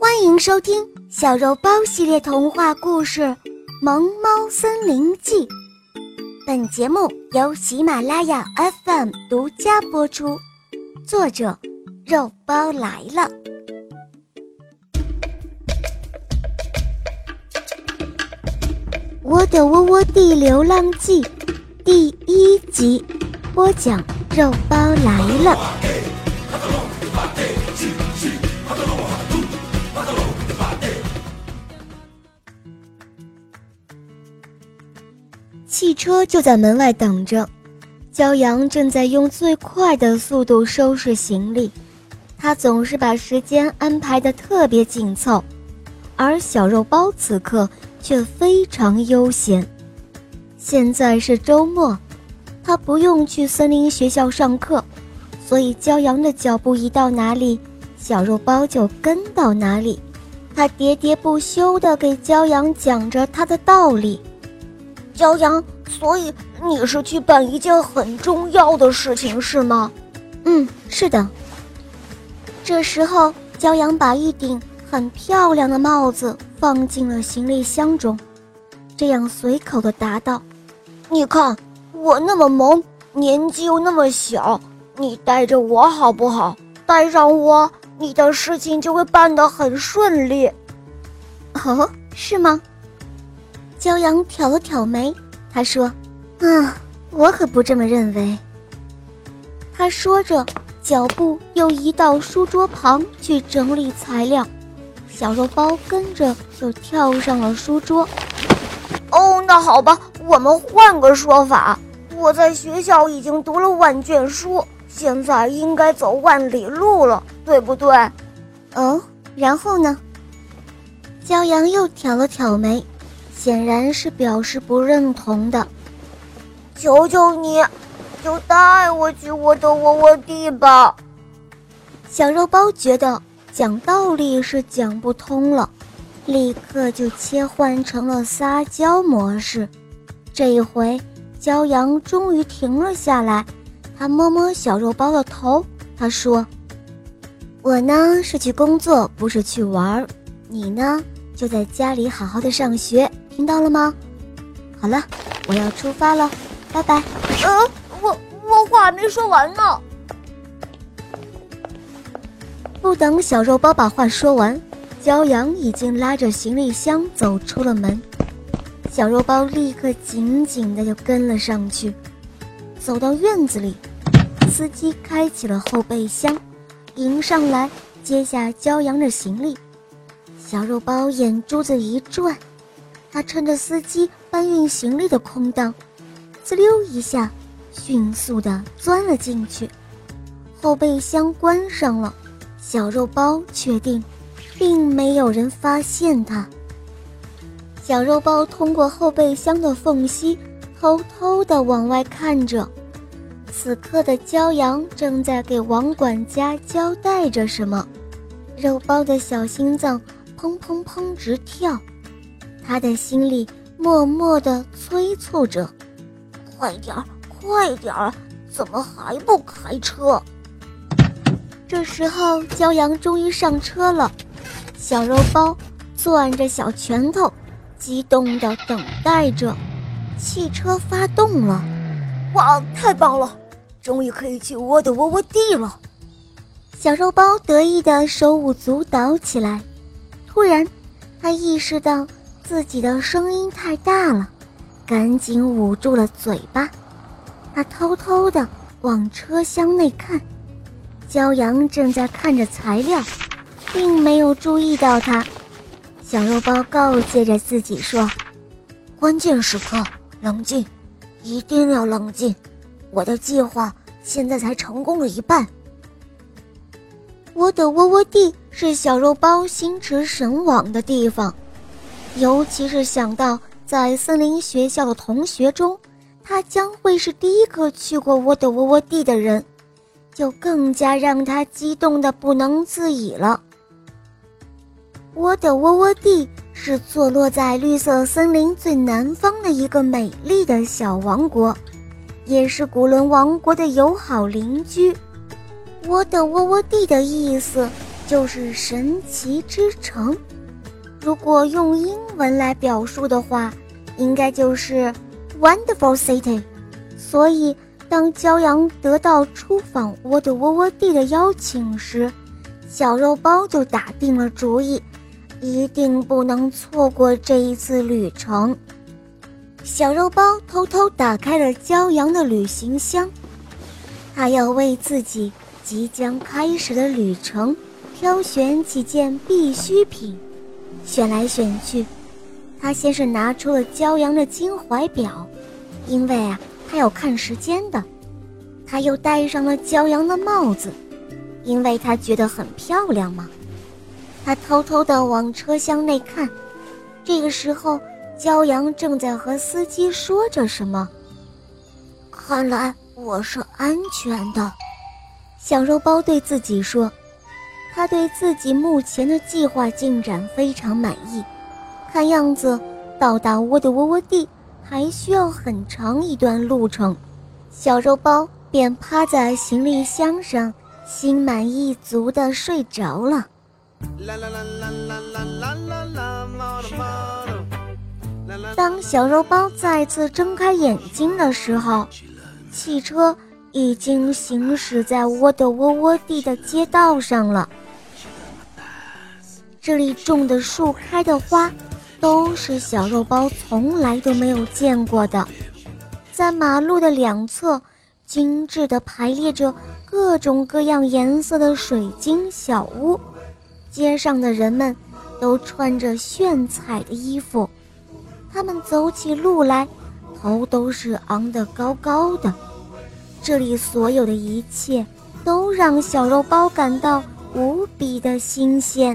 欢迎收听小肉包系列童话故事《萌猫森林记》。本节目由喜马拉雅 FM 独家播出，作者肉包来了。我的窝窝地流浪记第1集，播讲肉包来了。汽车就在门外等着，骄阳正在用最快的速度收拾行李，他总是把时间安排得特别紧凑，而小肉包此刻却非常悠闲。现在是周末，他不用去森林学校上课，所以骄阳的脚步一到哪里，小肉包就跟到哪里。他喋喋不休地给骄阳讲着他的道理。骄阳，所以你是去办一件很重要的事情是吗？是的。这时候骄阳把一顶很漂亮的帽子放进了行李箱中，这样随口地答道：你看我那么萌，年纪又那么小，你带着我好不好？带上我，你的事情就会办得很顺利。哦，是吗？骄阳挑了挑眉，他说：我可不这么认为。他说着，脚步又移到书桌旁去整理材料，小肉包跟着就跳上了书桌。哦，那好吧，我们换个说法。我在学校已经读了万卷书，现在应该走万里路了，对不对？然后呢？骄阳又挑了挑眉，显然是表示不认同的。求求你，就带我去我的窝窝地吧。小肉包觉得讲道理是讲不通了，立刻就切换成了撒娇模式。这一回骄阳终于停了下来，他摸摸小肉包的头，他说：我呢是去工作，不是去玩，你呢就在家里好好的上学，听到了吗？好了，我要出发了，拜拜。我话还没说完呢。不等小肉包把话说完，骄阳已经拉着行李箱走出了门。小肉包立刻紧紧地就跟了上去。走到院子里，司机开启了后备箱，迎上来接下骄阳的行李。小肉包眼珠子一转，他趁着司机搬运行李的空档，滋溜一下迅速地钻了进去。后备箱关上了，小肉包确定并没有人发现他。小肉包通过后备箱的缝隙偷偷地往外看着，此刻的骄阳正在给王管家交代着什么。肉包的小心脏砰砰砰直跳，他的心里默默地催促着：快点儿，快点儿，怎么还不开车？这时候骄阳终于上车了，小肉包攥着小拳头，激动地等待着。汽车发动了，哇，太棒了，终于可以去我的窝窝地了。小肉包得意地手舞足蹈起来。突然他意识到自己的声音太大了，赶紧捂住了嘴巴。他偷偷地往车厢内看，骄阳正在看着材料，并没有注意到他。小肉包告诫着自己说：关键时刻冷静，一定要冷静，我的计划现在才成功了一半。我的窝窝地是小肉包心驰神往的地方，尤其是想到在森林学校的同学中，他将会是第一个去过我的窝窝地的人，就更加让他激动得不能自已了。我的窝窝地是坐落在绿色森林最南方的一个美丽的小王国，也是古伦王国的友好邻居。我的窝窝地的意思就是神奇之城。如果用英文来表述的话，应该就是 Wonderful City。 所以当骄阳得到出访窝的窝窝地的邀请时，小肉包就打定了主意，一定不能错过这一次旅程。小肉包偷偷打开了骄阳的旅行箱，他要为自己即将开始的旅程挑选几件必需品。选来选去，他先是拿出了骄阳的金怀表，因为他要看时间的。他又戴上了骄阳的帽子，因为他觉得很漂亮嘛。他偷偷地往车厢内看，这个时候骄阳正在和司机说着什么。看来我是安全的，小肉包对自己说。他对自己目前的计划进展非常满意，看样子到达窝的窝窝地还需要很长一段路程。小肉包便趴在行李箱上，心满意足地睡着了。当小肉包再次睁开眼睛的时候，汽车已经行驶在窝的窝窝地的街道上了。这里种的树开的花都是小肉包从来都没有见过的。在马路的两侧精致地排列着各种各样颜色的水晶小屋，街上的人们都穿着炫彩的衣服，他们走起路来头都是昂得高高的。这里所有的一切都让小肉包感到无比的新鲜。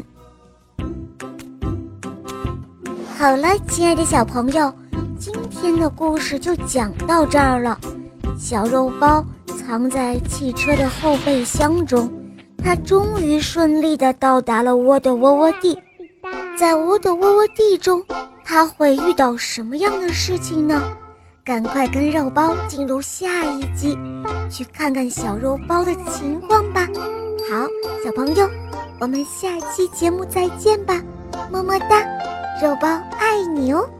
好了，亲爱的小朋友，今天的故事就讲到这儿了。小肉包藏在汽车的后备箱中，他终于顺利地到达了窝的窝窝地。在窝的窝窝地中，他会遇到什么样的事情呢？赶快跟肉包进入下一集，去看看小肉包的情况吧。好，小朋友，我们下期节目再见吧，么么哒，肉包爱你哦。